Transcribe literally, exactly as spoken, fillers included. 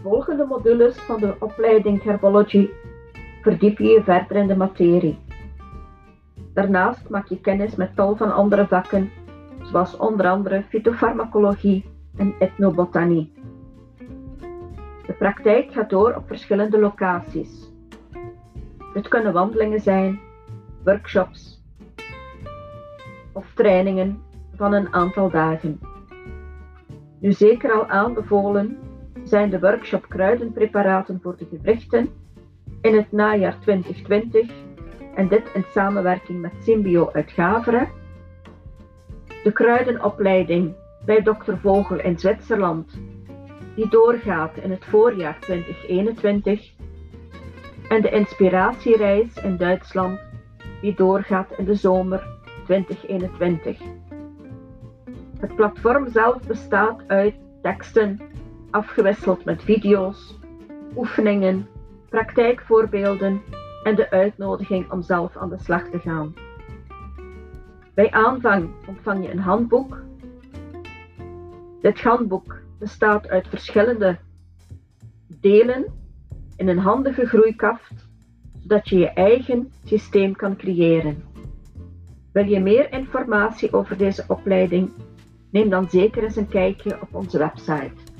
volgende modules van de opleiding Herbology verdiep je je verder in de materie. Daarnaast maak je kennis met tal van andere vakken, zoals onder andere fytofarmacologie en ethnobotanie. De praktijk gaat door op verschillende locaties. Dit kunnen wandelingen zijn, workshops of trainingen van een aantal dagen. Nu zeker al aanbevolen zijn de workshop kruidenpreparaten voor de gewrichten in het najaar twintig twintig en dit in samenwerking met Symbio uit Gavere. De kruidenopleiding bij dokter Vogel in Zwitserland, die doorgaat in het voorjaar twintig eenentwintig. En de inspiratiereis in Duitsland, die doorgaat in de zomer twintig eenentwintig. Het platform zelf bestaat uit teksten, afgewisseld met video's, oefeningen, praktijkvoorbeelden en de uitnodiging om zelf aan de slag te gaan. Bij aanvang ontvang je een handboek. Dit handboek bestaat uit verschillende delen in een handige groeikaft, zodat je je eigen systeem kan creëren. Wil je meer informatie over deze opleiding? Neem dan zeker eens een kijkje op onze website.